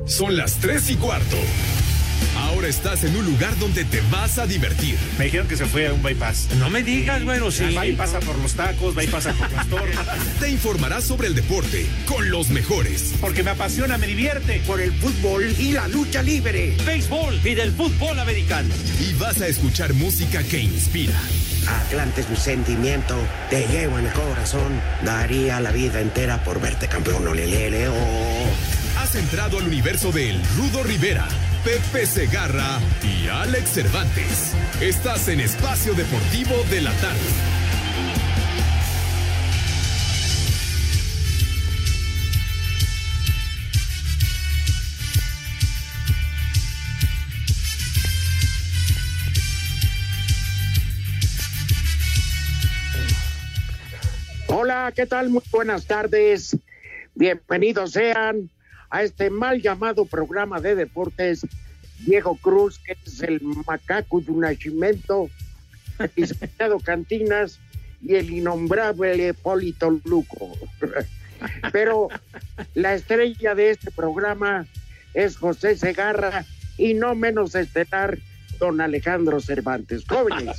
Son las 3:15. Ahora estás en un lugar donde te vas a divertir. Me dijeron que se fue a un bypass. No me digas, bueno, sí. Va y pasa por los tacos, va y pasa por las torres. Te informarás sobre el deporte con los mejores. Porque me apasiona, me divierte. Por el fútbol y la lucha libre. Béisbol y del fútbol americano. Y vas a escuchar música que inspira. Atlante es mi sentimiento, te llevo en el corazón. Daría la vida entera por verte campeón, olelele, oh. Has entrado al universo de El Rudo Rivera, Pepe Segarra y Alex Cervantes. Estás en Espacio Deportivo de la Tarde. Hola, ¿qué tal? Muy buenas tardes. Bienvenidos sean a este mal llamado programa de deportes. Diego Cruz, que es el macaco de un nacimiento, licenciado Cantinas y el innombrable Polito Luco. Pero la estrella de este programa es José Segarra y no menos estelar don Alejandro Cervantes. Jóvenes.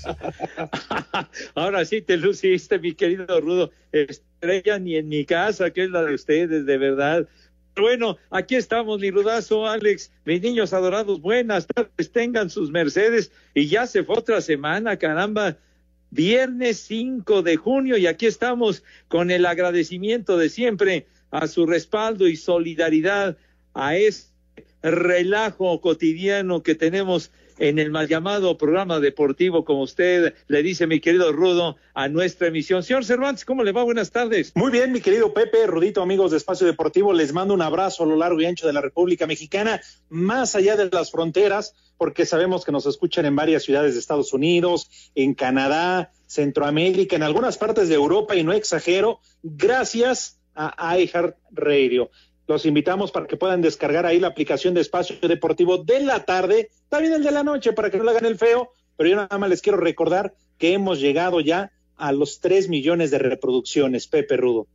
Ahora sí te luciste, mi querido Rudo. Estrella ni en mi casa, que es la de ustedes, de verdad. Bueno, aquí estamos, mi Rudazo, Alex, mis niños adorados, buenas tardes, tengan sus mercedes, y ya se fue otra semana, caramba, viernes 5 de junio, y aquí estamos con el agradecimiento de siempre a su respaldo y solidaridad a este relajo cotidiano que tenemos en el mal llamado programa deportivo, como usted le dice, mi querido Rudo, a nuestra emisión. Señor Cervantes, ¿cómo le va? Buenas tardes. Muy bien, mi querido Pepe, Rudito, amigos de Espacio Deportivo, les mando un abrazo a lo largo y ancho de la República Mexicana, más allá de las fronteras, porque sabemos que nos escuchan en varias ciudades de Estados Unidos, en Canadá, Centroamérica, en algunas partes de Europa, y no exagero, gracias a iHeartRadio. Los invitamos para que puedan descargar ahí la aplicación de Espacio Deportivo de la tarde, también el de la noche, para que no le hagan el feo, pero yo nada más les quiero recordar que hemos llegado ya a los 3 millones de reproducciones, Pepe Rudo.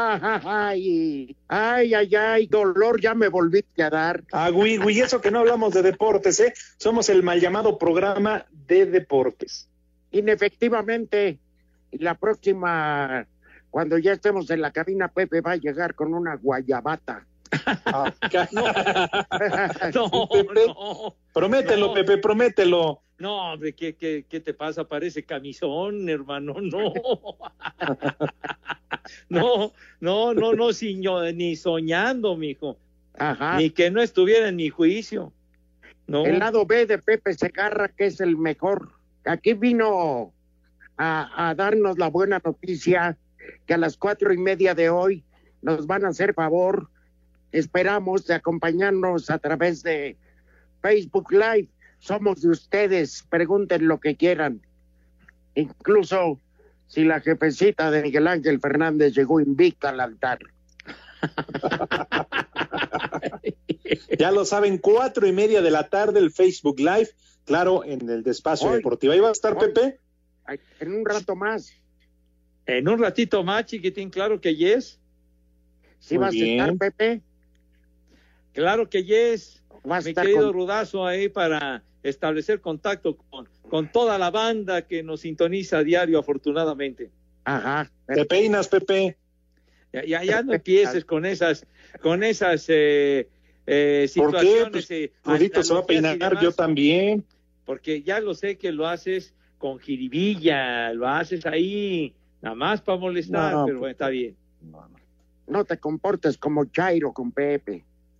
Ay, dolor, ya me volviste a dar. Güey, eso que no hablamos de deportes, somos el mal llamado programa de deportes. Inefectivamente, la próxima, cuando ya estemos en la cabina, Pepe va a llegar con una guayabata. No. Promételo, no. Pepe, promételo. No, hombre, ¿qué te pasa? Parece camisón, hermano, no. Ni soñando, mijo. Ajá. Ni que no estuviera en mi juicio. No. El lado B de Pepe Segarra, que es el mejor. Aquí vino a darnos la buena noticia que a las 4:30 de hoy nos van a hacer favor, esperamos, de acompañarnos a través de Facebook Live. Somos de ustedes, pregunten lo que quieran. Incluso si la jefecita de Miguel Ángel Fernández llegó invicta al altar. Ya lo saben, 4:30 de la tarde el Facebook Live, claro, en el de Espacio Deportivo. ¿Ahí va a estar Pepe? En un rato más. En un ratito más, chiquitín, claro que yes. ¿Sí vas a estar, Pepe? Claro que yes. Vas mi querido Rudazo ahí para establecer contacto con toda la banda que nos sintoniza a diario, afortunadamente. Ajá. ¿Te peinas, Pepe? Ya no empieces con esas situaciones. ¿Por qué? Pues, Rudito se va a peinar, yo también. Porque ya lo sé que lo haces con jiribilla, lo haces ahí nada más para molestar, no, pero bueno, está bien. No te comportes como Chairo con Pepe.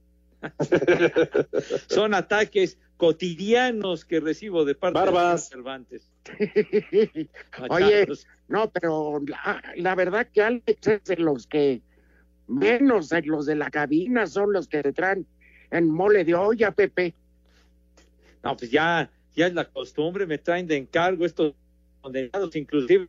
Son ataques cotidianos que recibo de parte de Cervantes. Oye, no, pero la verdad que Alex es de los que menos, los de la cabina son los que te traen en mole de olla, Pepe. No, pues ya es la costumbre, me traen de encargo estos condenados, inclusive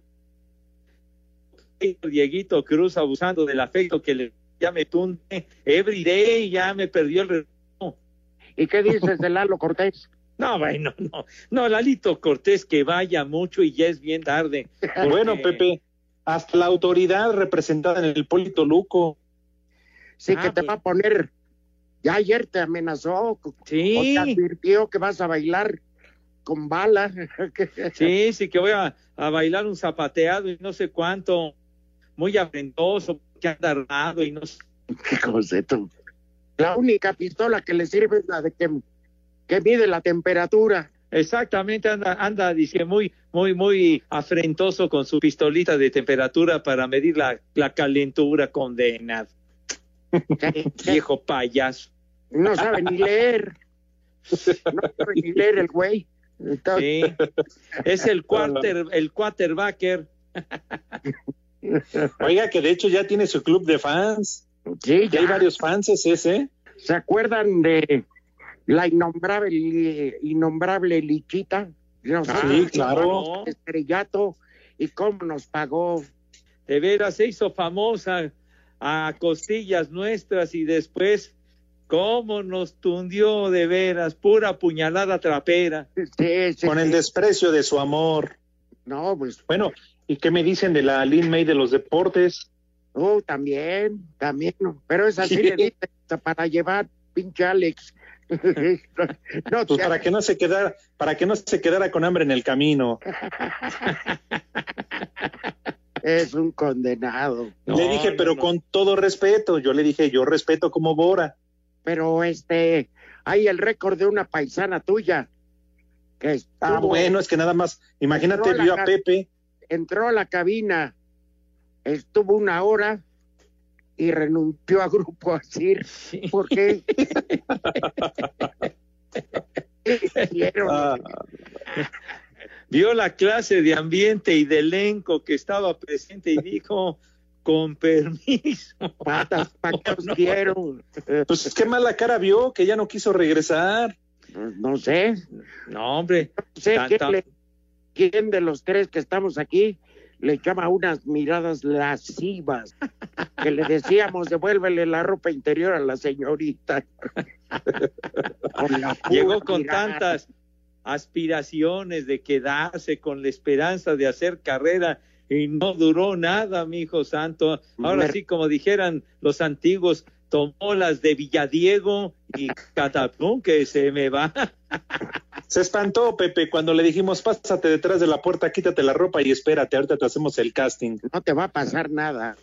Dieguito Cruz abusando del afecto que le ya me tunde every day, ya me perdió el reloj. ¿Y qué dices de Lalo Cortés? No, bueno, no, Lalito Cortés que vaya mucho y ya es bien tarde. Porque... Bueno, Pepe, hasta la autoridad representada en el Polito Luco. Sí, que te va a poner Ya ayer te amenazó, Sí. o te advirtió que vas a bailar con bala. Sí, que voy a bailar un zapateado y no sé cuánto, muy afrentoso, que anda armado y no sé. Qué concepto. La única pistola que le sirve es la de que mide la temperatura. Exactamente, anda, dice, muy afrentoso con su pistolita de temperatura para medir la calentura, condenado. Viejo payaso. No sabe ni leer. No sabe ni leer el güey. Entonces, Sí. Es el quarterbacker. Oiga, que de hecho ya tiene su club de fans. sí, Ya hay varios fans ese. ¿Se acuerdan de la innombrable Lichita? Sí, claro. Estrellato, y cómo nos pagó. De veras, se hizo famosa a costillas nuestras y después cómo nos tundió de veras, pura puñalada trapera. Sí, Con el desprecio de su amor. No, pues, Bueno, ¿y qué me dicen de la Lin May de los deportes? también, no. Pero es así, le dice, para llevar, pinche Alex. No, Pues para que no se quedara con hambre en el camino. es un condenado. Le dije, pero con todo respeto, yo le dije, yo respeto como Bora. Pero hay el récord de una paisana tuya que estuvo, Bueno, es que nada más, imagínate, Entró vio la a Pepe. entró a la cabina, estuvo 1 hora y renunció a Grupo Asir. ¿Por qué? Ah, Vio la clase de ambiente y de elenco que estaba presente y dijo, con permiso. Patas, ¿para qué os No. quiero? pues qué mala cara vio, que ya no quiso regresar. No sé. No, hombre. No sé Tanta- quién de los tres que estamos aquí le llama unas miradas lascivas, que le decíamos, devuélvele la ropa interior a la señorita. Con la pura Llegó con mirada. tantas aspiraciones de quedarse con la esperanza de hacer carrera y no duró nada, mi hijo santo. Ahora sí, como dijeran los antiguos, tomó las de Villadiego y catapum, que se me va. Se espantó, Pepe, cuando le dijimos, pásate detrás de la puerta, quítate la ropa y espérate, ahorita te hacemos el casting. No te va a pasar nada.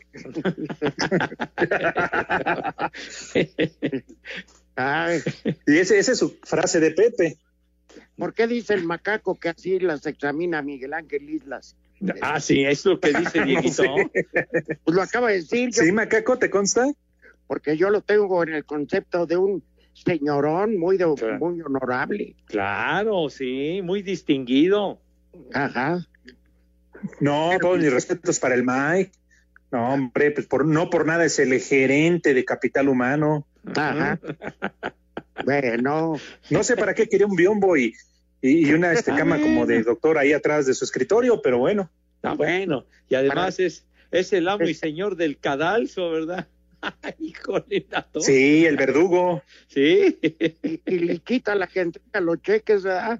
Ay, Y esa es su frase de Pepe. ¿por qué dice el macaco que así las examina Miguel Ángel Islas? Ah, sí, es lo que dice Dieguito. No sé. Pues lo acaba de decir, yo, ¿Sí, Macaco, te consta? porque yo lo tengo en el concepto de un señorón muy honorable. Claro, sí, muy distinguido. Ajá. No, todos mis respetos para el Mike. No, hombre, pues no por nada es el gerente de Capital Humano. Ajá. Bueno, No sé para qué quería un biombo y una cama como de doctor ahí atrás de su escritorio, pero bueno. Ah, bueno, y además es el amo y señor del cadalso, ¿verdad? Híjole, Nato. Sí, el verdugo. Sí. y le quita a la gente a los cheques, ¿verdad?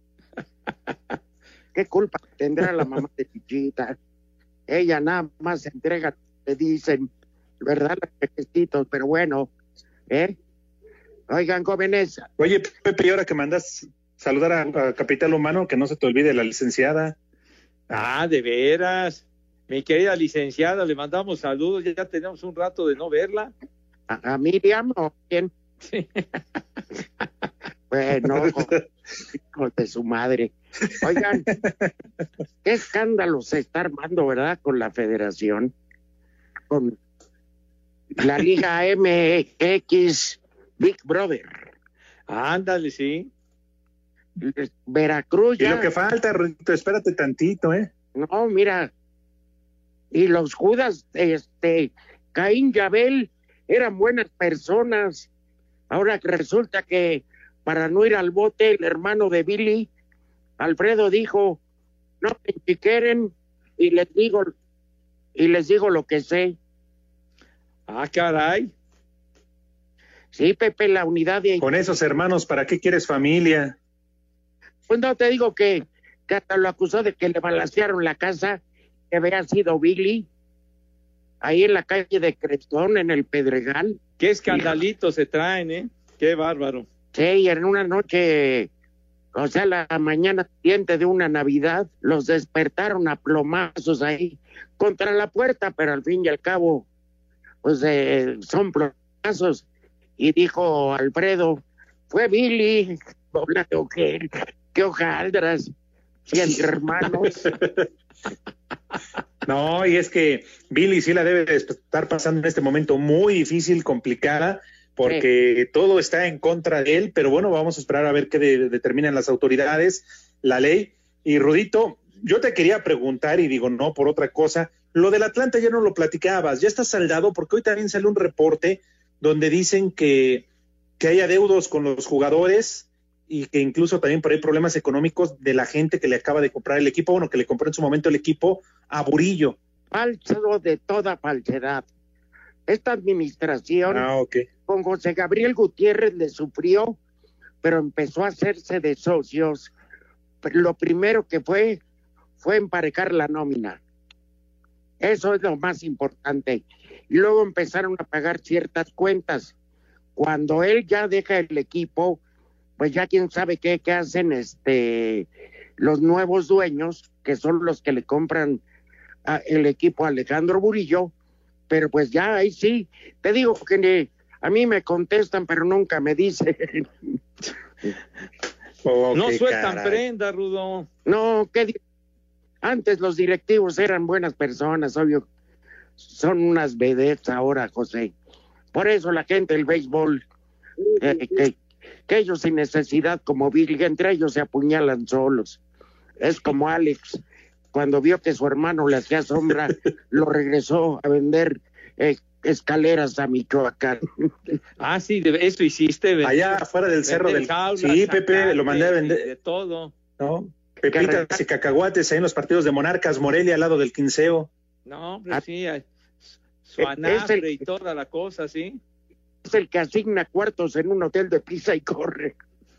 ¿Qué culpa tendrá la mamá de Chichita? Ella nada más se entrega, le dicen, ¿verdad? Los chequecitos, pero bueno, ¿eh? Oigan, jóvenes, Oye, Pepe, y ahora que mandas saludar a Capital Humano, que no se te olvide la licenciada. Ah, de veras. Mi querida licenciada, le mandamos saludos, ya tenemos un rato de no verla. a Miriam, ¿o quién? Sí. Bueno, hijos de su madre. Oigan, qué escándalo se está armando, ¿verdad? Con la federación, con la Liga MX Big Brother. Ándale, sí. Veracruz Y ya. lo que falta, Rudito, espérate tantito, ¿eh? No, mira. Y los Judas, Caín y Abel eran buenas personas. Ahora resulta que para no ir al bote, el hermano de Billy, Alfredo, dijo, no me chiqueren y les digo lo que sé. Ah, caray. Sí, Pepe, la unidad de... Con esos hermanos, ¿para qué quieres familia? Pues no te digo que hasta lo acusó de que le balacearon la casa, que había sido Billy, ahí en la calle de Crestón, en el Pedregal. Qué escandalitos se traen, ¿eh? Qué bárbaro. Sí, en una noche, o sea, la mañana siguiente de una Navidad, los despertaron a plomazos ahí contra la puerta, pero al fin y al cabo, pues son plomazos. Y dijo Alfredo, fue Billy, volando qué hojaldras, 100 hermanos. No, y es que Billy sí la debe de estar pasando en este momento muy difícil, complicada, porque todo está en contra de él, pero bueno, vamos a esperar a ver qué determinan las autoridades, la ley. Y Rudito, yo te quería preguntar, y digo, no por otra cosa, lo del Atlanta ya no lo platicabas, ya está saldado, porque hoy también sale un reporte donde dicen que hay adeudos con los jugadores y que incluso también por ahí problemas económicos de la gente que le acaba de comprar el equipo, bueno, que le compró en su momento el equipo a Burillo. Falso de toda falsedad. Esta administración con José Gabriel Gutiérrez le sufrió, pero empezó a hacerse de socios. Lo primero que fue emparejar la nómina. Eso es lo más importante. Y luego empezaron a pagar ciertas cuentas. Cuando él ya deja el equipo, pues ya quién sabe qué hacen los nuevos dueños, que son los que le compran el equipo a Alejandro Burillo, pero pues ya ahí sí, te digo que a mí me contestan, pero nunca me dicen. No sueltan prenda, Rudo. No, antes los directivos eran buenas personas, obvio, son unas vedettes ahora, José. Por eso la gente del béisbol, que ellos sin necesidad, como Billy, entre ellos se apuñalan solos. Es como Alex, cuando vio que su hermano le hacía sombra, lo regresó a vender escaleras a Michoacán. Ah, sí, eso hiciste. Allá afuera del cerro del jaulas, sí, Pepe, lo mandé a vender. De todo. ¿No? Pepitas y cacahuates ahí en los partidos de Monarcas Morelia, al lado del Quinceo. No, hombre, sí, su anafre y toda la cosa, sí. Es el que asigna cuartos en un hotel de pisa y corre.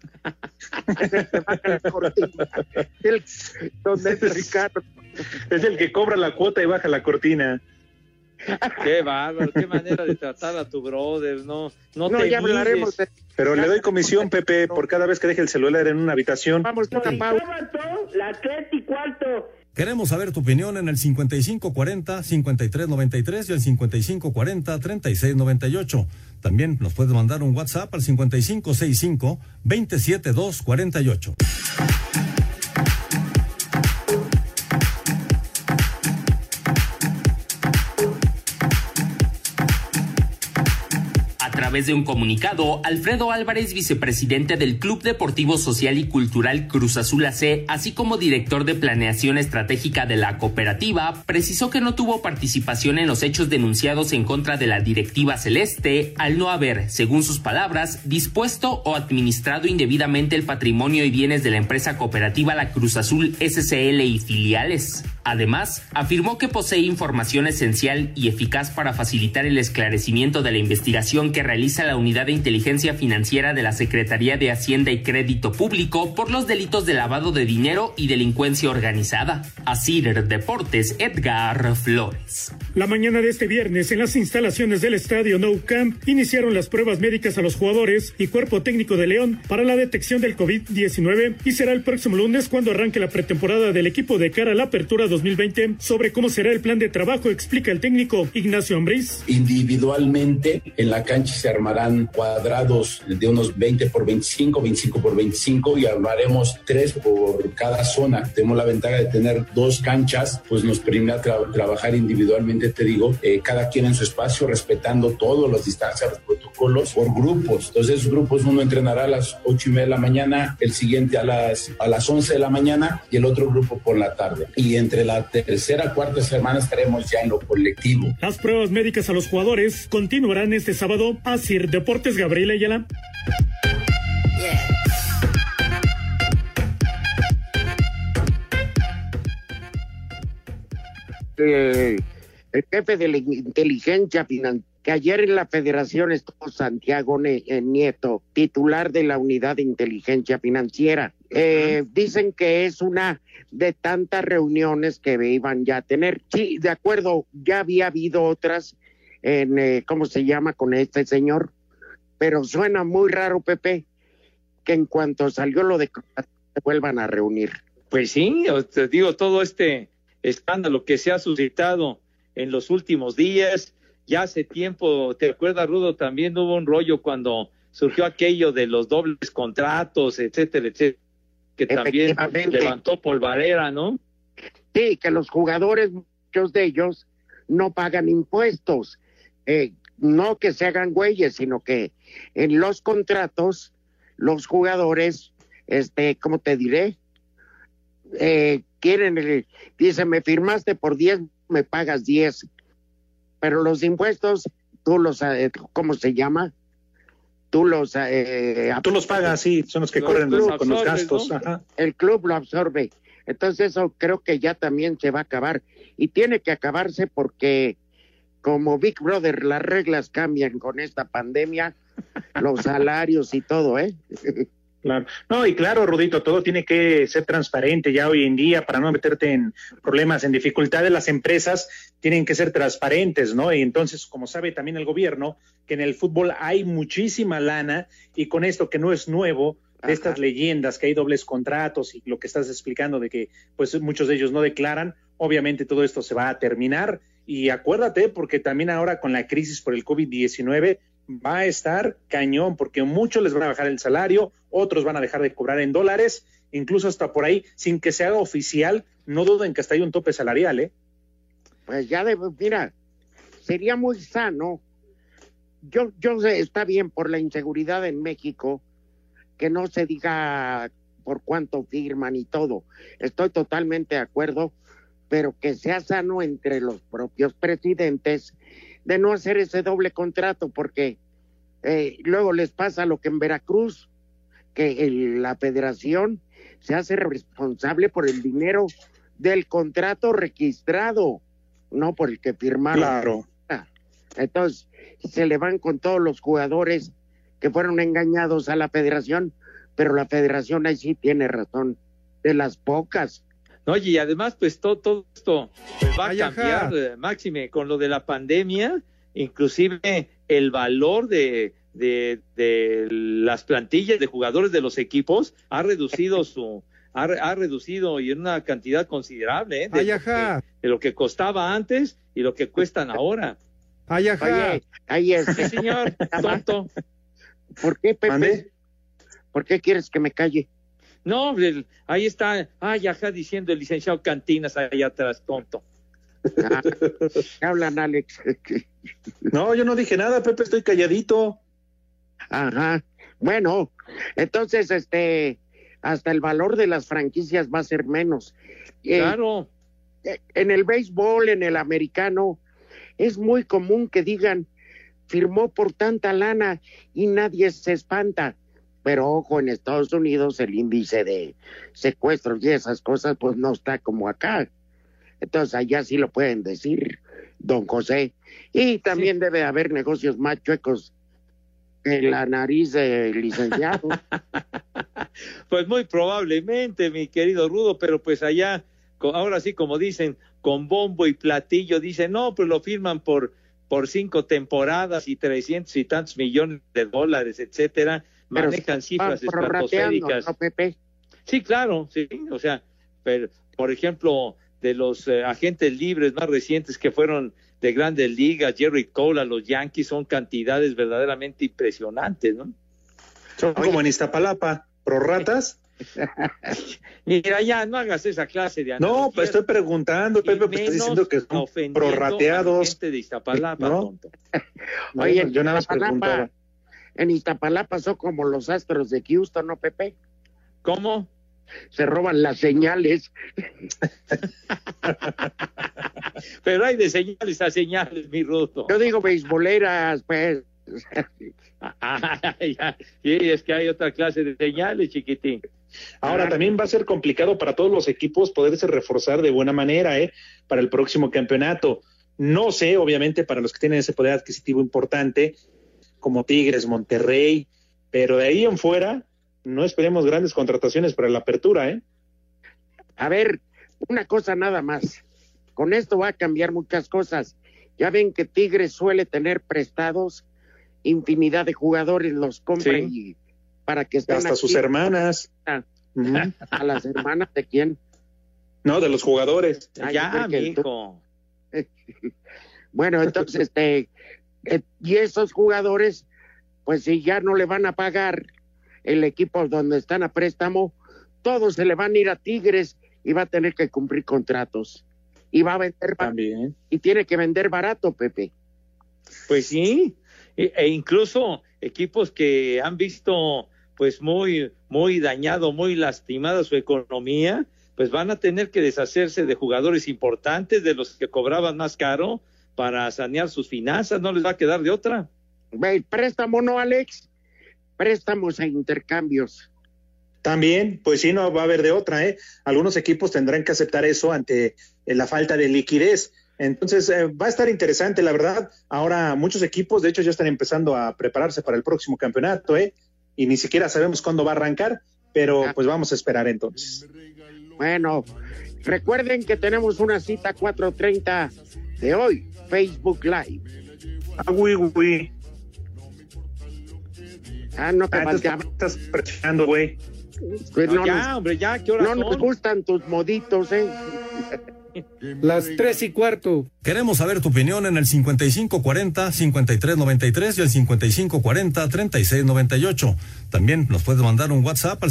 Donde es Ricardo. Es el que cobra la cuota y baja la cortina. Qué bárbaro, qué manera de tratar a tu brother, no te ya hablaremos Pero le doy comisión, Pepe, por cada vez que deje el celular en una habitación. Vamos a una pausa. Las 3:15. Queremos saber tu opinión en el 5540-5393 y el 5540-3698. También nos puedes mandar un WhatsApp al 5565-27248. A través de un comunicado, Alfredo Álvarez, vicepresidente del Club Deportivo Social y Cultural Cruz Azul AC, así como director de Planeación Estratégica de la cooperativa, precisó que no tuvo participación en los hechos denunciados en contra de la directiva celeste, al no haber, según sus palabras, dispuesto o administrado indebidamente el patrimonio y bienes de la empresa cooperativa La Cruz Azul SCL y filiales. Además, afirmó que posee información esencial y eficaz para facilitar el esclarecimiento de la investigación que realiza la Unidad de Inteligencia Financiera de la Secretaría de Hacienda y Crédito Público por los delitos de lavado de dinero y delincuencia organizada. Asir Deportes, Edgar Flores. La mañana de este viernes, en las instalaciones del estadio Nou Camp, iniciaron las pruebas médicas a los jugadores y cuerpo técnico de León para la detección del COVID-19 y será el próximo lunes cuando arranque la pretemporada del equipo de cara a la apertura 2020. Sobre cómo será el plan de trabajo, explica el técnico Ignacio Ambriz. Individualmente, en la cancha se armarán cuadrados de unos 20 por 25, 25 por 25 y armaremos 3 por cada zona. Tenemos la ventaja de tener 2 canchas, pues nos permite trabajar individualmente, te digo, cada quien en su espacio, respetando todas las distancias, los protocolos, por grupos. Entonces, esos grupos, uno entrenará a las 8:30 de la mañana, el siguiente a las 11 de la mañana y el otro grupo por la tarde. Y entre la tercera, cuarta semana estaremos ya en lo colectivo. Las pruebas médicas a los jugadores continuarán este sábado. Asir Deportes, Gabriel Ayala. El jefe de la inteligencia financiera, que ayer en la Federación estuvo Santiago Nieto, titular de la Unidad de Inteligencia Financiera. Dicen que es una de tantas reuniones que iban ya a tener. Sí, de acuerdo, ya había habido otras ¿cómo se llama con este señor? pero suena muy raro, Pepe, que en cuanto salió lo de se vuelvan a reunir. Pues sí, te digo, todo este escándalo que se ha suscitado en los últimos días, ya hace tiempo, ¿te acuerdas, Rudo? También hubo un rollo cuando surgió aquello de los dobles contratos, etcétera, etcétera, que también levantó polvareda, ¿no? Sí, que los jugadores, muchos de ellos, no pagan impuestos, no que se hagan güeyes, sino que en los contratos, los jugadores, ¿cómo te diré? Dice, me firmaste por 10, me pagas 10, pero los impuestos, tú los, ¿cómo se llama? Tú los pagas, sí, son los que corren con los gastos. ¿No? Ajá. El club lo absorbe. Entonces eso creo que ya también se va a acabar. Y tiene que acabarse porque como Big Brother las reglas cambian con esta pandemia, los salarios y todo, ¿eh? Claro. No, y claro, Rudito, todo tiene que ser transparente ya hoy en día para no meterte en problemas, en dificultades. Las empresas tienen que ser transparentes, ¿no? Y entonces, como sabe también el gobierno, que en el fútbol hay muchísima lana y con esto que no es nuevo, de estas leyendas que hay dobles contratos y lo que estás explicando de que pues muchos de ellos no declaran, obviamente todo esto se va a terminar y acuérdate porque también ahora con la crisis por el COVID-19 va a estar cañón porque muchos les van a bajar el salario, otros van a dejar de cobrar en dólares, incluso hasta por ahí, sin que se haga oficial, no duden que hasta hay un tope salarial, ¿eh? Pues ya mira, sería muy sano, yo sé, está bien por la inseguridad en México, que no se diga por cuánto firman y todo, estoy totalmente de acuerdo, pero que sea sano entre los propios presidentes de no hacer ese doble contrato, porque luego les pasa lo que en Veracruz, que la federación se hace responsable por el dinero del contrato registrado, no por el que firmaron. Claro. Entonces, se le van con todos los jugadores que fueron engañados a la federación, pero la federación ahí sí tiene razón, de las pocas. Oye, y además, pues todo esto pues, va a cambiar, Máxime, con lo de la pandemia, inclusive el valor de las plantillas de jugadores de los equipos ha reducido ha reducido y en una cantidad considerable de lo que costaba antes y lo que cuestan ahora. Oye, ahí es. Sí, señor, tonto. ¿Por qué, Pepe? ¿Mande? ¿Por qué quieres que me calle? No, ahí está, diciendo el licenciado Cantinas allá atrás, tonto. Hablan, Alex. No, yo no dije nada, Pepe, estoy calladito. Ajá. Bueno, entonces, hasta el valor de las franquicias va a ser menos. Claro. En el béisbol, en el americano, es muy común que digan, firmó por tanta lana y nadie se espanta. Pero ojo, en Estados Unidos el índice de secuestros y esas cosas pues no está como acá. Entonces allá sí lo pueden decir, don José. Y también debe haber negocios más chuecos que la nariz del licenciado. Pues muy probablemente, mi querido Rudo, pero pues allá, ahora sí como dicen, con bombo y platillo, dicen, no, pues lo firman por 5 temporadas y 300 y tantos millones de dólares, etcétera. Manejan cifras estratosféricas. ¿No, Pepe? Sí, claro, sí, o sea, pero, por ejemplo, de los agentes libres más recientes que fueron de Grandes Ligas, Jerry Cole a los Yankees, son cantidades verdaderamente impresionantes, ¿no? Son como en Iztapalapa, prorratas. Mira, ya no hagas esa clase de analogías. No, pues estoy preguntando, Pepe, pues estás diciendo que son prorrateados. Gente de Iztapalapa, ¿no? Tonto. Oye, yo nada más preguntaba. En Iztapalapa son como los Astros de Houston, ¿no, Pepe? ¿Cómo? Se roban las señales. Pero hay de señales a señales, mi Rudo. Yo digo beisboleras, pues. Sí, es que hay otra clase de señales, chiquitín. Ahora también va a ser complicado para todos los equipos poderse reforzar de buena manera, para el próximo campeonato. No sé, obviamente, para los que tienen ese poder adquisitivo importante, como Tigres, Monterrey, pero de ahí en fuera no esperemos grandes contrataciones para la apertura, A ver, una cosa nada más, con esto va a cambiar muchas cosas. Ya ven que Tigres suele tener prestados infinidad de jugadores, los compra y para que estén hasta aquí. Sus hermanas. ¿A las hermanas de quién? No, de los jugadores. Ya, mijo. Bueno, entonces, y esos jugadores, pues si ya no le van a pagar el equipo donde están a préstamo, todos se le van a ir a Tigres y va a tener que cumplir contratos. Y va a vender también. Y tiene que vender barato, Pepe. Pues sí, e incluso equipos que han visto pues muy dañado, muy lastimada su economía, pues van a tener que deshacerse de jugadores importantes, de los que cobraban más caro, para sanear sus finanzas. No les va a quedar de otra. Préstamo, ¿no, Alex? Préstamos e intercambios. También, pues sí, no va a haber de otra, ¿eh? Algunos equipos tendrán que aceptar eso ante la falta de liquidez. Entonces, va a estar interesante, la verdad. Ahora, muchos equipos, de hecho, ya están empezando a prepararse para el próximo campeonato, ¿eh? Y ni siquiera sabemos cuándo va a arrancar, pero pues vamos a esperar entonces. Bueno, recuerden que tenemos una cita 4:30 de hoy, Facebook Live. No te faltaba. Estás presionando, güey. Pues hombre, ya, ¿qué horas son? No nos gustan tus moditos, Las 3:15. Queremos saber tu opinión en el 5540-5393 y el 5540-3698. También nos puedes mandar un WhatsApp al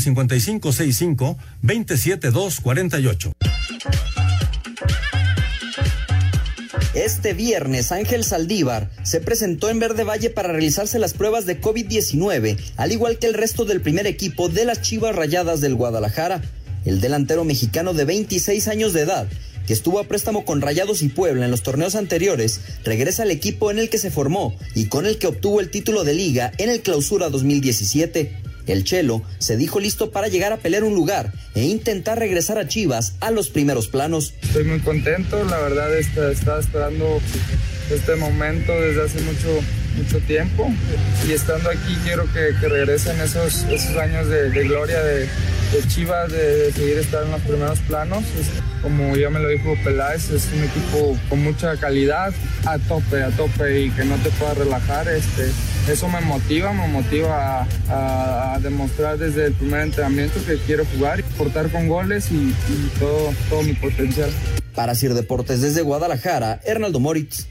5565-27248. Este viernes, Ángel Saldívar se presentó en Verde Valle para realizarse las pruebas de COVID-19, al igual que el resto del primer equipo de las Chivas Rayadas del Guadalajara. El delantero mexicano de 26 años de edad, que estuvo a préstamo con Rayados y Puebla en los torneos anteriores, regresa al equipo en el que se formó y con el que obtuvo el título de liga en el Clausura 2017. El Chelo se dijo listo para llegar a pelear un lugar e intentar regresar a Chivas a los primeros planos. Estoy muy contento, la verdad estaba esperando este momento desde hace mucho tiempo, y estando aquí quiero que regresen esos años de gloria de Chivas, de seguir estando en los primeros planos. Como ya me lo dijo Peláez, es un equipo con mucha calidad, a tope, y que no te puedas relajar. Eso me motiva a demostrar desde el primer entrenamiento que quiero jugar y aportar con goles y todo mi potencial. Para Sir Deportes desde Guadalajara, Hernaldo Moritz.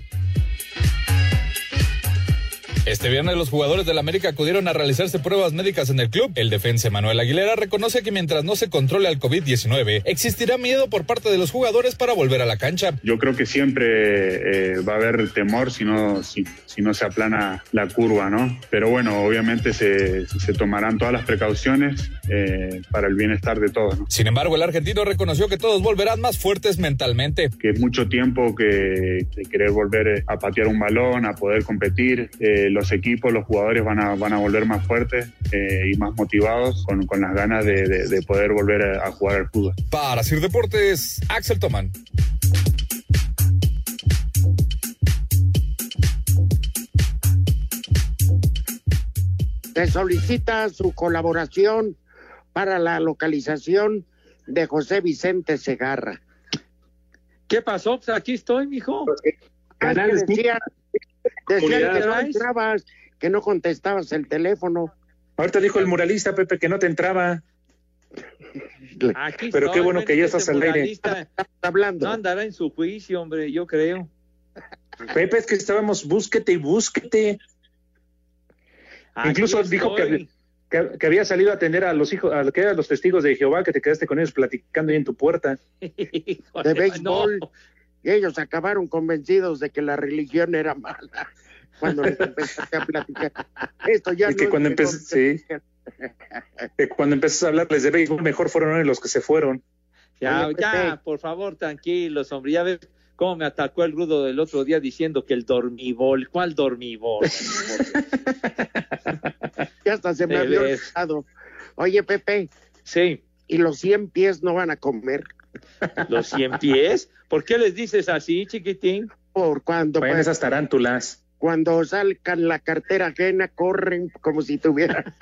Este viernes los jugadores del América acudieron a realizarse pruebas médicas en el club. El defensa Manuel Aguilera reconoce que mientras no se controle al COVID-19, existirá miedo por parte de los jugadores para volver a la cancha. Yo creo que siempre va a haber temor si no se aplana la curva, ¿no? Pero bueno, obviamente se tomarán todas las precauciones para el bienestar de todos, ¿no? Sin embargo, el argentino reconoció que todos volverán más fuertes mentalmente. Que mucho tiempo que querer volver a patear un balón, a poder competir, los equipos, los jugadores van a volver más fuertes y más motivados con las ganas de poder volver a jugar al fútbol. Para Sir Deportes, Axel Tomán. Se solicita su colaboración para la localización de José Vicente Segarra. ¿Qué pasó? Pues aquí estoy, mijo. Decía que no entrabas, que no contestabas el teléfono. Ahorita dijo el muralista, Pepe, que no te entraba. Aquí pero estoy, qué bueno que ya estás al aire. Hablando. No andará en su juicio, hombre, yo creo. Pepe, es que estábamos búsquete. Incluso dijo que había salido a atender a los hijos, a los testigos de Jehová, que te quedaste con ellos platicando ahí en tu puerta. De béisbol. No. Y ellos acabaron convencidos de que la religión era mala cuando les empezaste a platicar. Esto ya y que cuando cuando empezaste a hablarles de béisbol, mejor fueron los que se fueron. Ya, por favor, tranquilos, hombre. Ya ves cómo me atacó el Rudo del otro día diciendo que el dormibol. ¿Cuál dormibol? Ya hasta se me había olvidado. Oye, Pepe. Sí. ¿Y los 100 pies no van a comer? ¿Los 100 pies? ¿Por qué les dices así, chiquitín? Por cuando pues, esas tarántulas. Cuando salgan la cartera ajena, corren como si tuvieran.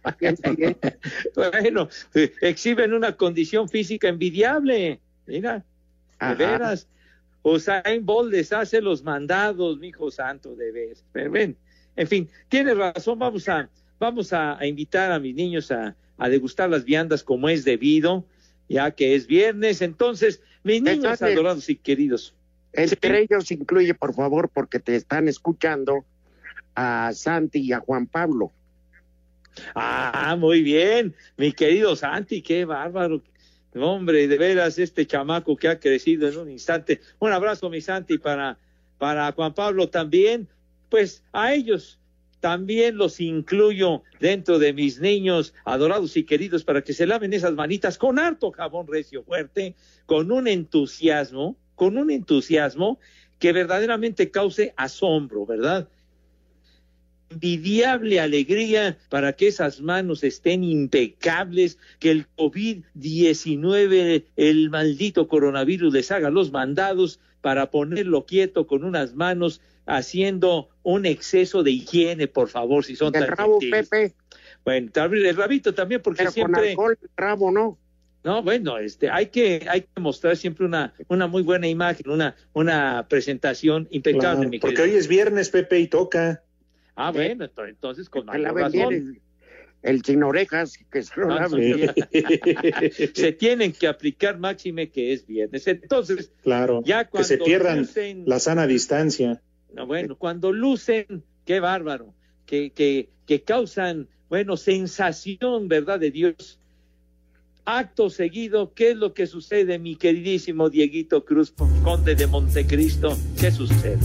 Bueno, exhiben una condición física envidiable. Mira, de veras. Usain Bolt les hace los mandados, mijo santo, de veras. Pero ven, En fin, tienes razón, vamos a invitar a mis niños a degustar las viandas como es debido, ya que es viernes. Entonces, mis niños adorados y queridos. Entre ellos incluye, por favor, porque te están escuchando, a Santi y a Juan Pablo. Ah, muy bien, mi querido Santi, qué bárbaro. Hombre, de veras, este chamaco que ha crecido en un instante. Un abrazo, mi Santi, para Juan Pablo también. Pues a ellos también los incluyo dentro de mis niños adorados y queridos para que se laven esas manitas con harto jabón recio fuerte, con un entusiasmo que verdaderamente cause asombro, ¿verdad? Envidiable alegría para que esas manos estén impecables, que el COVID-19, el maldito coronavirus, les haga los mandados para ponerlo quieto con unas manos, haciendo un exceso de higiene, por favor, si son tan rabo, gentiles. Pepe. Bueno, el rabito también, porque pero siempre... con alcohol, el rabo, ¿no? No, bueno, hay que mostrar siempre una muy buena imagen, una presentación impecable, claro, mi porque querido. hoy es viernes, Pepe, y toca. Ah, bueno, entonces con mayor razón. El sin orejas, que se lo lave. Se tienen que aplicar máxime que es viernes. Entonces, claro, ya cuando que se pierdan lucen, la sana distancia. No, bueno, cuando lucen, qué bárbaro, que causan, bueno, sensación, ¿verdad?, de Dios. Acto seguido, ¿qué es lo que sucede, mi queridísimo Dieguito Cruz, conde de Montecristo? ¿Qué sucede?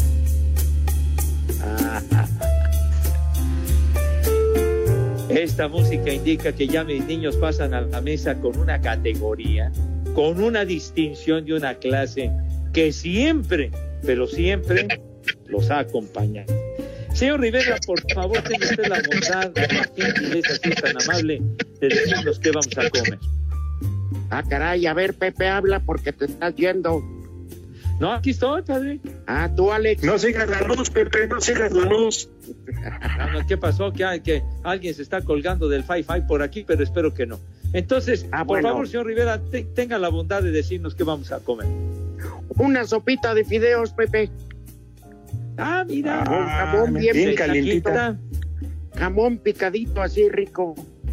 Esta música indica que ya mis niños pasan a la mesa con una categoría, con una distinción y una clase que siempre, pero siempre los ha acompañado. Señor Rivera, por favor, tenga usted la bondad, la gentileza, si es tan amable, de decirnos qué vamos a comer. Ah, caray, a ver, Pepe, habla porque te estás yendo. No, aquí estoy, padre. Ah, tú, Alex. No sigas la luz, Pepe, no sigas la luz. No, ¿qué pasó? Que alguien se está colgando del Fi-Fi por aquí, pero espero que no. Entonces, por favor, señor Rivera, tenga la bondad de decirnos qué vamos a comer. Una sopita de fideos, Pepe. Ah, mira. Con jamón bien calientita. Jamón picadito así rico.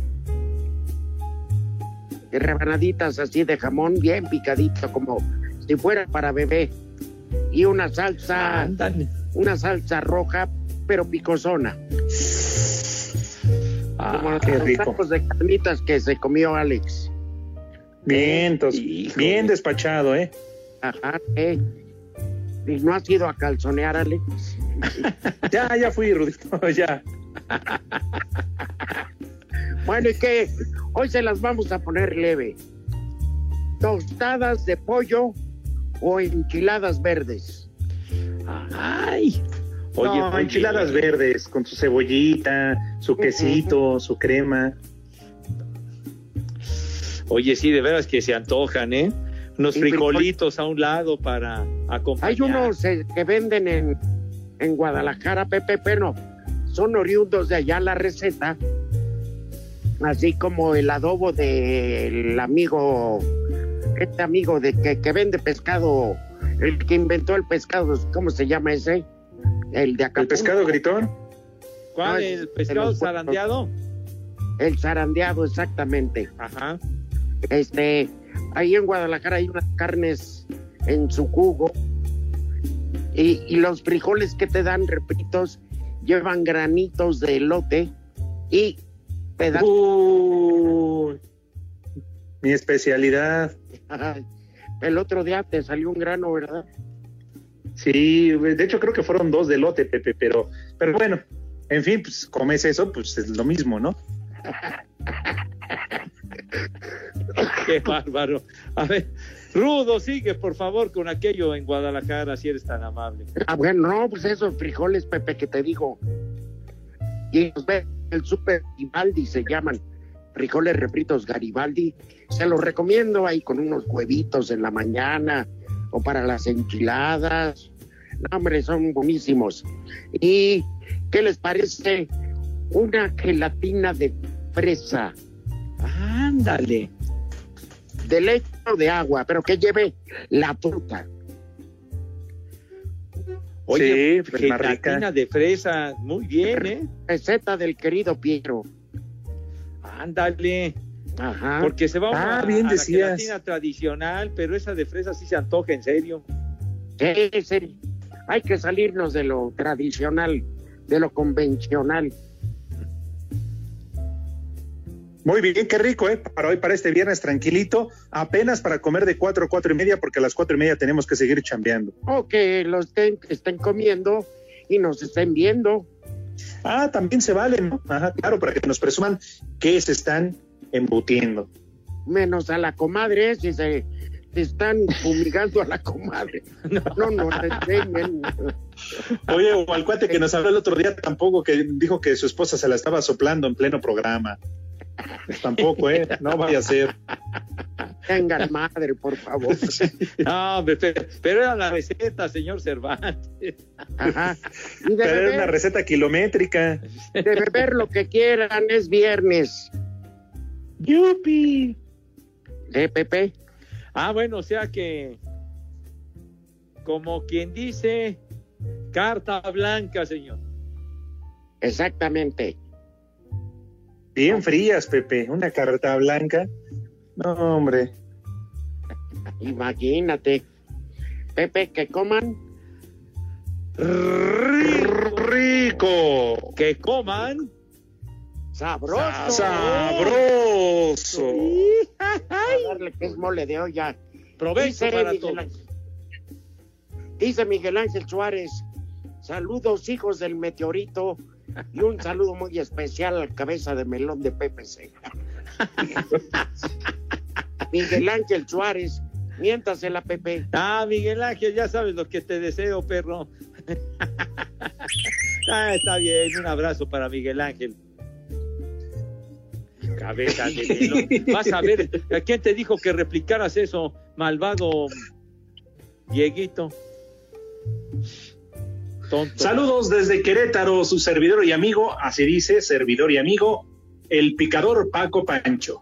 De rebanaditas así de jamón bien picadito, como si fuera para bebé. Y una salsa roja, pero picosona. Como qué los rico. tacos de carnitas que se comió Alex. Bien despachado, ¿eh? Ajá, ¿Y no has ido a calzonear, Alex? Ya fui, Rudito, ya. Bueno, ¿y qué? Hoy se las vamos a poner leve. ¿Tostadas de pollo o enchiladas verdes? ¡Ay! Oye, no, enchiladas verdes, con su cebollita, su quesito, su crema. Oye, sí, de veras que se antojan, ¿eh? Unos frijolitos a un lado para acompañar. Hay unos que venden en Guadalajara, Pepe, pero son oriundos de allá la receta, así como el adobo del amigo, este amigo de que vende pescado, el que inventó el pescado, ¿cómo se llama ese? El de Acapulco. ¿El pescado gritón? ¿Cuál? ¿El pescado zarandeado? El zarandeado, exactamente. Ajá. Ahí en Guadalajara hay unas carnes en su jugo y los frijoles que te dan, repitos, llevan granitos de elote y pedazos. Mi especialidad. El otro día te salió un grano, ¿verdad? Sí, de hecho creo que fueron 2 de elote, Pepe, pero bueno, en fin, pues comes eso, pues es lo mismo, ¿no? Qué bárbaro. A ver, Rudo, sigue por favor con aquello en Guadalajara, si eres tan amable. Bueno, no, pues esos frijoles, Pepe, que te digo. Y los ve el Super Garibaldi, se llaman frijoles refritos Garibaldi. Se los recomiendo ahí con unos huevitos en la mañana o para las enchiladas. No, hombre, son buenísimos. ¿Y qué les parece? Una gelatina de fresa. Ándale. De leche o de agua, pero que lleve la fruta. Oye, sí, gelatina de fresa, muy bien, ¿eh? Receta del querido Piero. Ándale. Ajá. Porque se va bien a la decías. gelatina tradicional, pero esa de fresa sí se antoja, en serio. Sí. Hay que salirnos de lo tradicional, de lo convencional. Muy bien, qué rico, para hoy, para este viernes tranquilito, apenas para comer de 4 a 4:30, porque a las 4:30 tenemos que seguir chambeando. O que los estén comiendo y nos estén viendo. Ah, también se vale, ¿no? Ajá, claro, para que nos presuman que se están embutiendo. Menos a la comadre, si se están fumigando a la comadre. No te enseñen. Oye, o al cuate que nos habló el otro día tampoco, que dijo que su esposa se la estaba soplando en pleno programa. Pues tampoco, no vaya a ser. Tengan madre, por favor. No, pero era la receta, señor Cervantes. Ajá. Pero era una receta kilométrica. De beber lo que quieran, es viernes. ¡Yupi! Pepe. Ah, bueno, o sea que, como quien dice, carta blanca, señor. Exactamente. Bien frías, Pepe, una carta blanca. No, hombre. Imagínate. Pepe, que coman. Rico. Que coman. Sabroso. Sabroso. A darle que es mole de olla. Provecho para todos. Dice Miguel Ángel Suárez, saludos hijos del meteorito y un saludo muy especial al cabeza de melón de PPC. Miguel Ángel Suárez, miéntasela, Pepe. Ah, Miguel Ángel, ya sabes lo que te deseo, perro. Está bien, un abrazo para Miguel Ángel. Cabeza de melón. Vas a ver, ¿a quién te dijo que replicaras eso, malvado Dieguito? Tonto. Saludos desde Querétaro, su servidor y amigo, así dice, servidor y amigo, el picador Paco Pancho.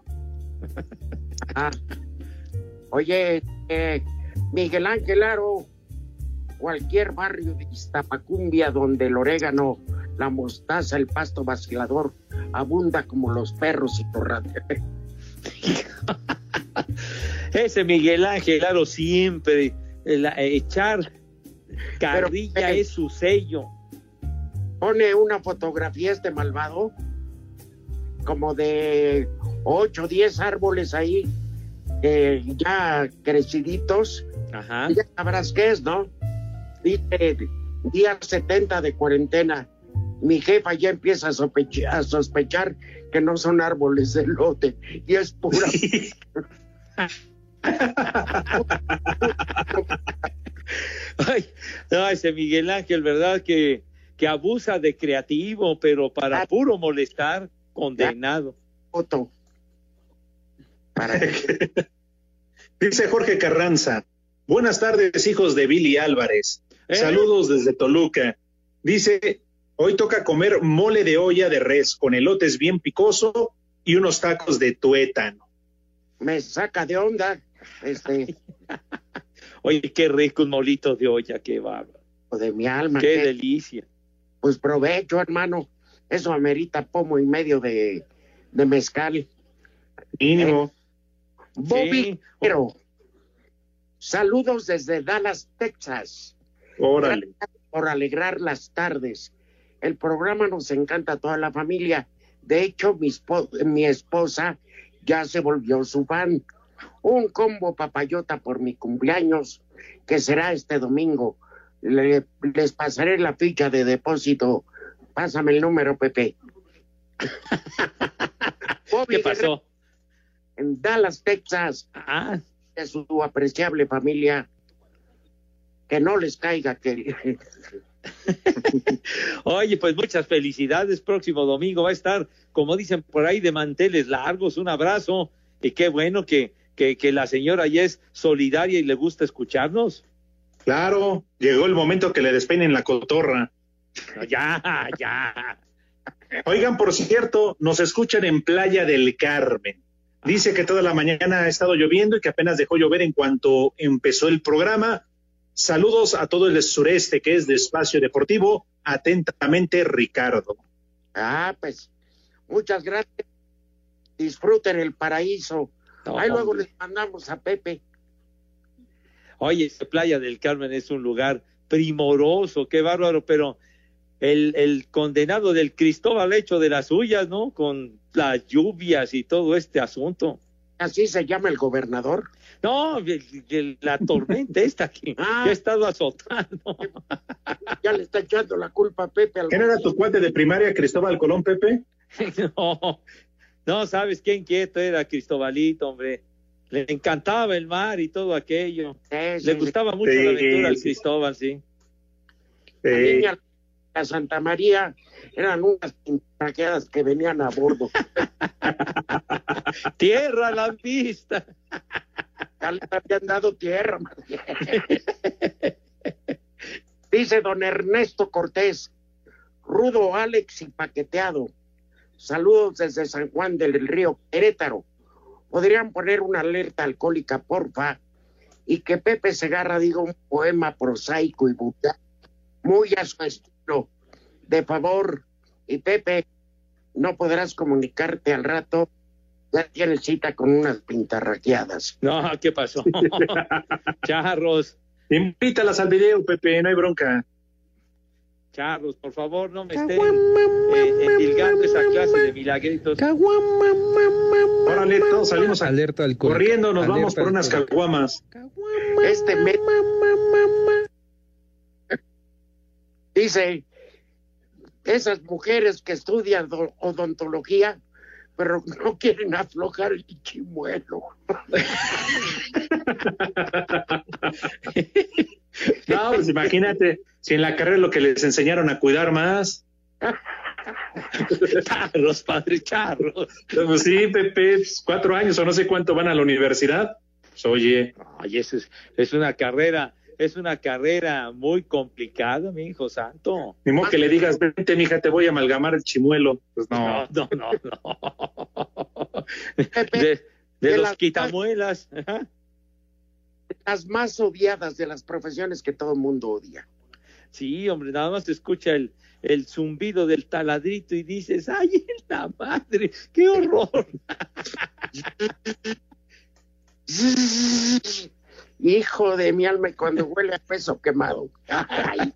Oye, Miguel Ángel Aro, cualquier barrio de Iztapacumbia donde el orégano, la mostaza, el pasto vacilador abunda como los perros y torrante. Ese Miguel Ángel Aro siempre echar carrilla es su sello. Pone una fotografía este malvado como de 8 o 10 árboles ahí ya creciditos. Ajá. Ya sabrás qué es, ¿no? Dice día 70 de cuarentena. Mi jefa ya empieza a sospechar que no son árboles de lote y es pura. Ay, ese Miguel Ángel, ¿verdad? Que abusa de creativo, pero para puro molestar, condenado. Foto. Dice Jorge Carranza, buenas tardes, hijos de Billy Álvarez. Saludos desde Toluca. Dice, hoy toca comer mole de olla de res con elotes bien picoso y unos tacos de tuétano. Me saca de onda. Oye, qué rico un molito de olla, qué bárbaro. De mi alma. Qué delicia. Pues provecho, hermano. Eso amerita pomo y medio de mezcal. Mínimo. Bobby, pero saludos desde Dallas, Texas. Órale. Por alegrar las tardes. El programa nos encanta a toda la familia. De hecho, mi esposa ya se volvió su fan. Un combo papayota por mi cumpleaños, que será este domingo. Les pasaré la ficha de depósito. Pásame el número, Pepe. ¿Qué pasó? En Dallas, Texas. De su apreciable familia. Que no les caiga que... Oye, pues muchas felicidades. Próximo domingo va a estar, como dicen por ahí, de manteles largos. Un abrazo. Y qué bueno que la señora ya es solidaria y le gusta escucharnos. Claro, llegó el momento que le despeinen la cotorra. Ya. Oigan, por cierto, nos escuchan en Playa del Carmen. Dice que toda la mañana ha estado lloviendo y que apenas dejó llover en cuanto empezó el programa, Saludos a todo el sureste que es de Espacio Deportivo. Atentamente, Ricardo. Pues, muchas gracias. Disfruten el paraíso. Ahí luego les mandamos a Pepe. Oye, Playa del Carmen es un lugar primoroso, qué bárbaro, pero el condenado del Cristóbal ha hecho de las suyas, ¿no? Con las lluvias y todo este asunto. ¿Así se llama el gobernador? No, la tormenta esta que ha estado azotando. Ya le está echando la culpa a Pepe. ¿Quién era tu cuate de primaria, Cristóbal Colón, Pepe? No, ¿sabes qué inquieto era Cristobalito, hombre? Le encantaba el mar y todo aquello. Le gustaba mucho la aventura al Cristóbal, sí. La niña, la Santa María, eran unas pintaqueadas que venían a bordo. Tierra a la vista. Ya les habían dado tierra. Dice don Ernesto Cortés, rudo, Alex y paqueteado. Saludos desde San Juan del Río, Querétaro. ¿Podrían poner una alerta alcohólica, porfa? Y que Pepe Segarra diga un poema prosaico y vulgar, muy a su estilo. De favor. Y Pepe, no podrás comunicarte al rato. Ya tienes cita con unas pintarraqueadas. No, ¿qué pasó? Charros. Invítalas al video, Pepe, no hay bronca. Charros, por favor, no me estén endilgando esa clase de milagritos. Órale, todos salimos alerta al corriendo, nos vamos por unas caguamas. Dice, esas mujeres que estudian odontología, pero no quieren aflojar el chimuelo. No, pues imagínate, si en la carrera lo que les enseñaron a cuidar más. Charros, padre, charros. Pues sí, Pepe, 4 años o no sé cuánto van a la universidad. Pues, oye. Ay, eso es una carrera muy complicada, mi hijo santo. Ni modo que le digas, vente, mija, te voy a amalgamar el chimuelo. Pues no. No. De los quitamuelas. Las más odiadas de las profesiones que todo el mundo odia. Sí, hombre, nada más te escucha el zumbido del taladrito y dices, ¡ay, la madre! ¡Qué horror! Hijo de mi alma, cuando huele a peso quemado. Ay,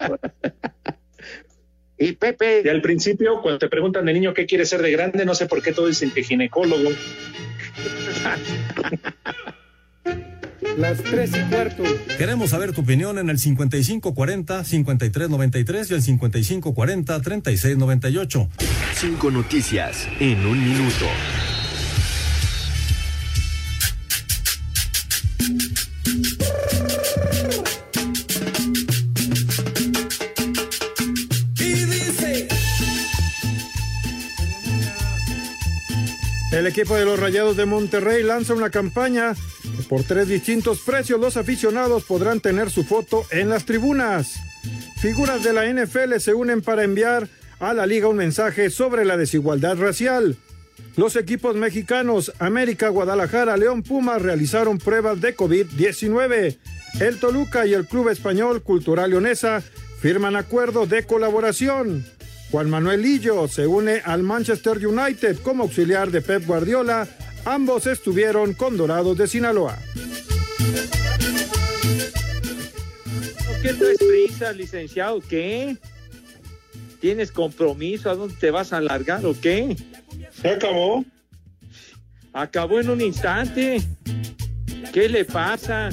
y Pepe. Y al principio, cuando te preguntan de niño qué quieres ser de grande, no sé por qué todos dicen que ginecólogo. Las 3:15. Queremos saber tu opinión en el 5540-5393 y el 5540-3698. 5 noticias en un minuto. El equipo de los Rayados de Monterrey lanza una campaña que por 3 distintos precios los aficionados podrán tener su foto en las tribunas. Figuras de la NFL se unen para enviar a la liga un mensaje sobre la desigualdad racial. Los equipos mexicanos América, Guadalajara, León, Pumas realizaron pruebas de COVID-19. El Toluca y el club español Cultural Leonesa firman acuerdo de colaboración. Juan Manuel Lillo se une al Manchester United como auxiliar de Pep Guardiola. Ambos estuvieron con Dorados de Sinaloa. ¿Qué traes prisa, licenciado? ¿Qué? ¿Tienes compromiso? ¿A dónde te vas a largar o qué? ¿Se acabó? Acabó en un instante. ¿Qué le pasa?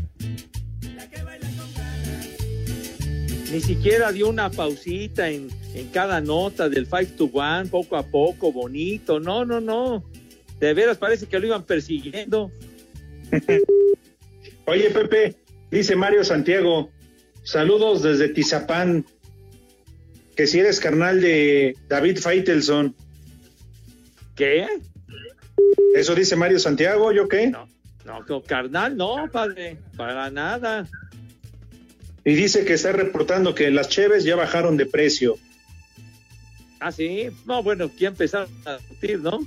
Ni siquiera dio una pausita en cada nota del 5 to 1, poco a poco, bonito. No. De veras parece que lo iban persiguiendo. Oye, Pepe, dice Mario Santiago, saludos desde Tizapán, que si eres carnal de David Faitelson. ¿Qué? Eso dice Mario Santiago, ¿yo qué? No, carnal, no, padre, para nada. Y dice que está reportando que las cheves ya bajaron de precio. Ah, sí. No, bueno, ya empezaron a discutir, ¿no?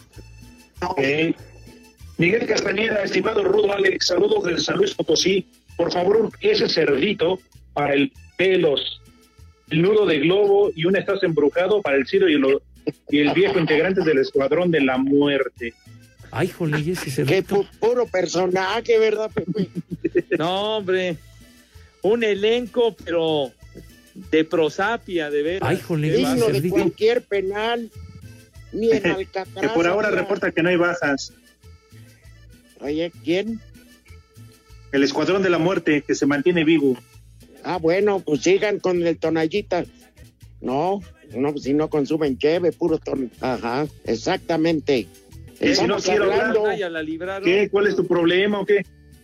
Okay. Miguel Castañeda, estimado Rudo, Alex, saludos desde San Luis Potosí. por favor, ese cerdito para el pelos, el nudo de globo y un estás embrujado para el Ciro y el viejo integrante del Escuadrón de la Muerte. Ay, jole, ese cerdito. Qué puro personaje, ¿verdad, Pepe? No, hombre, un elenco, pero de prosapia, de veras. Ay, jole, digno de cualquier penal, ni en Alcatraz. Que por ahora reporta que no hay bajas. Oye, ¿quién? El Escuadrón de la Muerte, que se mantiene vivo. Ah, bueno, pues sigan con el Tonallita. No, pues si no consumen cheve, puro ton. Ajá, exactamente. Si no quiero hablando. ¿Qué? ¿Cuál es tu problema o qué?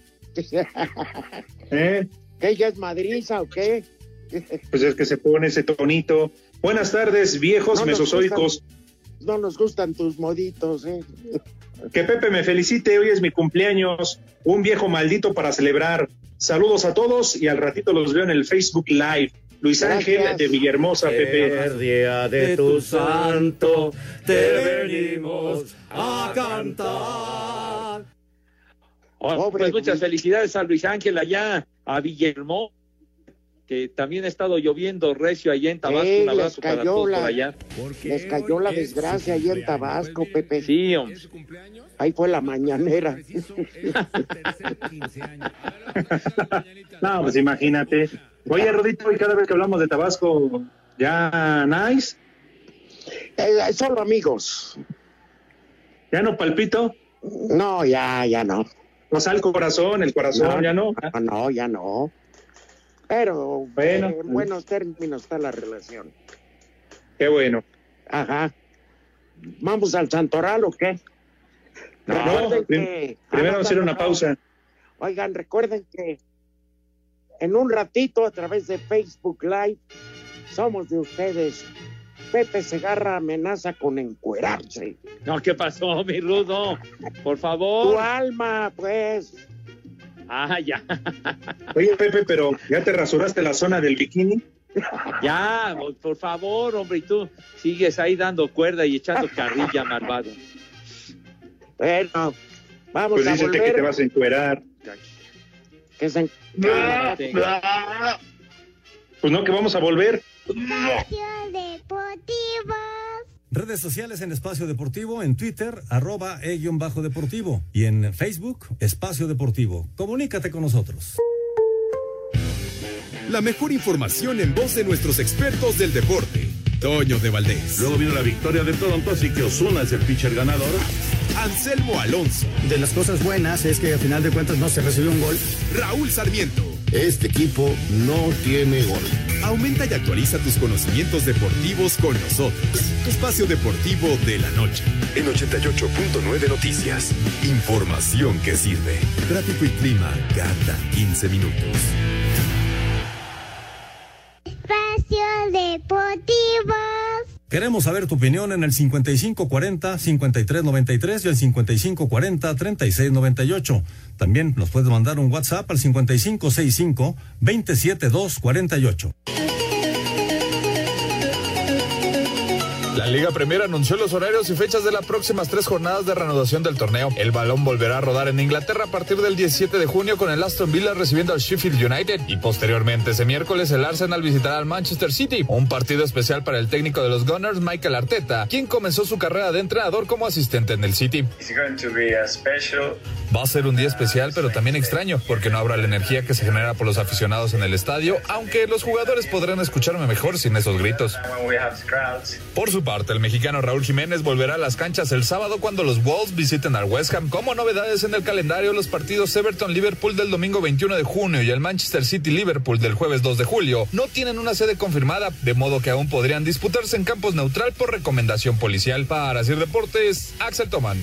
¿Qué ya es madriza o qué? Pues es que se pone ese tonito. Buenas tardes, viejos mesozoicos. No nos gustan tus moditos, Que Pepe me felicite, hoy es mi cumpleaños, un viejo maldito para celebrar. Saludos a todos y al ratito los veo en el Facebook Live. Luis Ángel de Villahermosa, Pepe. El día de tu santo te venimos a cantar. Pues muchas felicidades a Luis Ángel allá, a Villahermosa, que también ha estado lloviendo recio allá en Tabasco. Un abrazo para todos por allá. Les cayó la desgracia allá en Tabasco, Pepe. Sí, hombre. Ahí fue la mañanera. No, pues imagínate. Oye, Rodito, y cada vez que hablamos de Tabasco, ¿ya nice? Solo amigos. ¿Ya no palpito? No, ya no. O sea, el corazón, no, ¿ya no? No, ya no. Pero bueno, en buenos términos está la relación. Qué bueno. Ajá. ¿Vamos al Santoral o qué? No, primero hacer una pausa. Oigan, recuerden que en un ratito a través de Facebook Live somos de ustedes. Pepe Segarra amenaza con encuerarse. No, ¿qué pasó, mi Rudo? Por favor. Tu alma, pues. Ah, ya. Oye, Pepe, pero ¿ya te rasuraste la zona del bikini? Ya, por favor, hombre, y tú sigues ahí dando cuerda y echando carrilla, malvado. Bueno, vamos pues a dícete volver. Que te vas a encuerar. Que se Pues no, que vamos a volver. Espacio Deportivo. Redes sociales en Espacio Deportivo, en Twitter, @e_deportivo y en Facebook, Espacio Deportivo. Comunícate con nosotros. La mejor información en voz de nuestros expertos del deporte. Toño de Valdés. Luego vino la victoria de Toronto, así que Ozuna es el pitcher ganador. Anselmo Alonso. De las cosas buenas es que al final de cuentas no se recibió un gol. Raúl Sarmiento. Este equipo no tiene gol. Aumenta y actualiza tus conocimientos deportivos con nosotros. Espacio Deportivo de la Noche. En 88.9 Noticias. Información que sirve. Tráfico y clima cada 15 minutos. Espacio Deportivo. Queremos saber tu opinión en el 5540-5393 y el 5540-3698. También nos puedes mandar un WhatsApp al 5565-27248. La Liga Premier anunció los horarios y fechas de las próximas 3 jornadas de reanudación del torneo. El balón volverá a rodar en Inglaterra a partir del 17 de junio con el Aston Villa recibiendo al Sheffield United y posteriormente ese miércoles el Arsenal visitará al Manchester City. Un partido especial para el técnico de los Gunners, Mikel Arteta, quien comenzó su carrera de entrenador como asistente en el City. Va a ser un día especial, pero también extraño, porque no habrá la energía que se genera por los aficionados en el estadio, aunque los jugadores podrán escucharme mejor sin esos gritos. Por su parte, el mexicano Raúl Jiménez volverá a las canchas el sábado cuando los Wolves visiten al West Ham. Como novedades en el calendario, los partidos Everton-Liverpool del domingo 21 de junio y el Manchester City-Liverpool del jueves 2 de julio no tienen una sede confirmada, de modo que aún podrían disputarse en campos neutral por recomendación policial. Para Sir Deportes, Axel Tomán.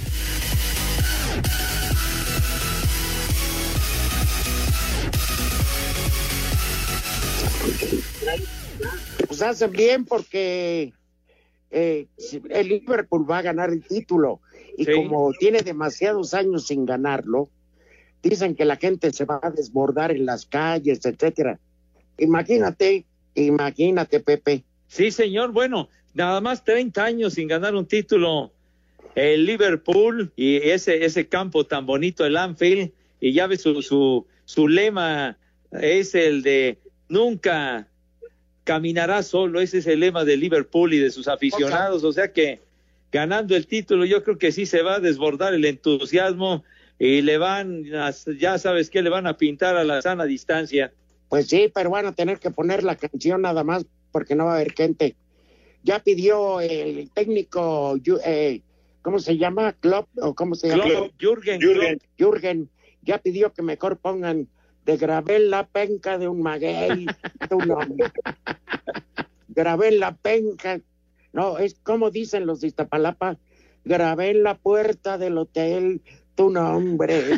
Pues hacen bien porque el Liverpool va a ganar el título y sí, como tiene demasiados años sin ganarlo, dicen que la gente se va a desbordar en las calles, etcétera. Imagínate, Pepe. Sí, señor, bueno, nada más 30 años sin ganar un título el Liverpool y ese campo tan bonito, el Anfield, y ya ves su lema es el de nunca caminará solo. Ese es el lema de Liverpool y de sus aficionados. O sea que ganando el título, yo creo que sí se va a desbordar el entusiasmo y le van, ya sabes que le van a pintar a la sana distancia. Pues sí, pero van a tener que poner la canción nada más porque no va a haber gente. Ya pidió el técnico, ¿cómo se llama? Klopp, ¿o cómo se llama? Jürgen, ya pidió que mejor pongan de grabé la penca de un maguey, tu nombre. Grabé la penca, no, es como dicen los de Iztapalapa, grabé en la puerta del hotel tu nombre.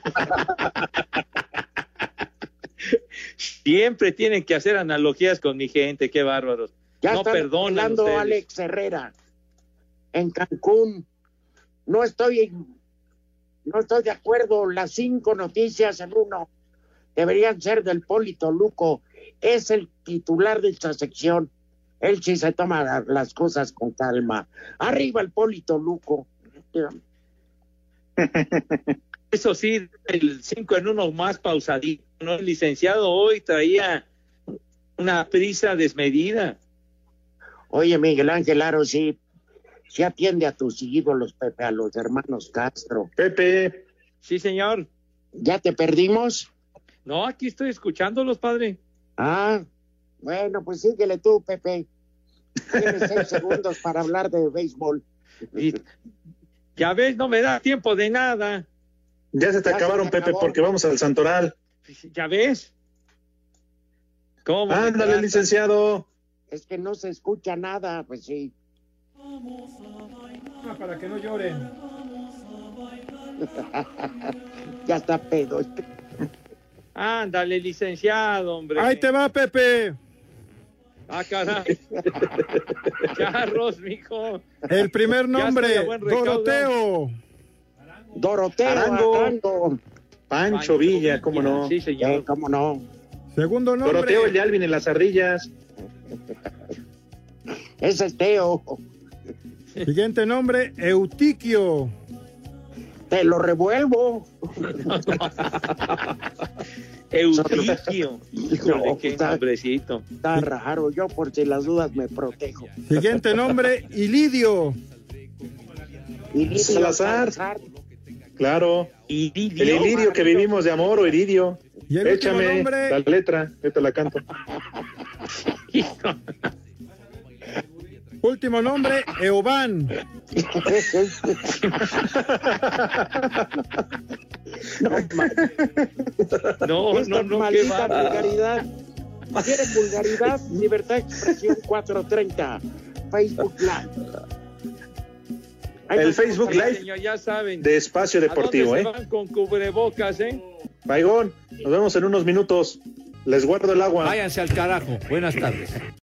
Siempre tienen que hacer analogías con mi gente, qué bárbaros. Ya no perdonan hablando Alex Herrera en Cancún. No estoy de acuerdo. Las 5 noticias en uno deberían ser del Polito Luco. Es el titular de esta sección. Él sí se toma las cosas con calma. Arriba el Polito Luco. Eso sí, el 5 en 1 más pausadito, ¿no? El licenciado hoy traía una prisa desmedida. Oye, Miguel Ángel Aro, sí atiende a tus ídolos, Pepe, a los hermanos Castro. Pepe. Sí, señor. ¿Ya te perdimos? No, aquí estoy escuchándolos, padre. Ah, bueno, pues síguele tú, Pepe. Tienes 6 segundos para hablar de béisbol. Ya ves, no me da tiempo de nada. Ya se te acabaron, Pepe, porque vamos al Santoral. ¿Ya ves? ¿Cómo? Ándale, licenciado. Es que no se escucha nada, pues sí. Para que no lloren. Ya está pedo. Ándale, licenciado, hombre. Ahí te va, Pepe. Ah, caray. Charros, mijo. El primer nombre, Doroteo. Arango. Pancho Villa, ¿cómo no? Sí, señor. ¿Cómo no? Segundo nombre. Doroteo, el de Alvin en las ardillas. Ese es Teo. Siguiente nombre, Eutiquio. Te lo revuelvo. Eutiquio. Híjole, No, qué nombrecito. Está raro, yo por si las dudas me protejo. Siguiente nombre, Ilidio. Salazar. Claro. Iridio. El ilirio que vivimos de amor o iridio. ¿Y el Échame nombre? la letra, yo te la canto. Último nombre, Eoban. No, qué vulgaridad. ¿Quieres vulgaridad? Libertad de Expresión 430. Facebook Live. El Facebook Live Señor, ya saben. de Espacio Deportivo, ¿A dónde se van con cubrebocas, Baigón, nos vemos en unos minutos. Les guardo el agua. Váyanse al carajo. Buenas tardes.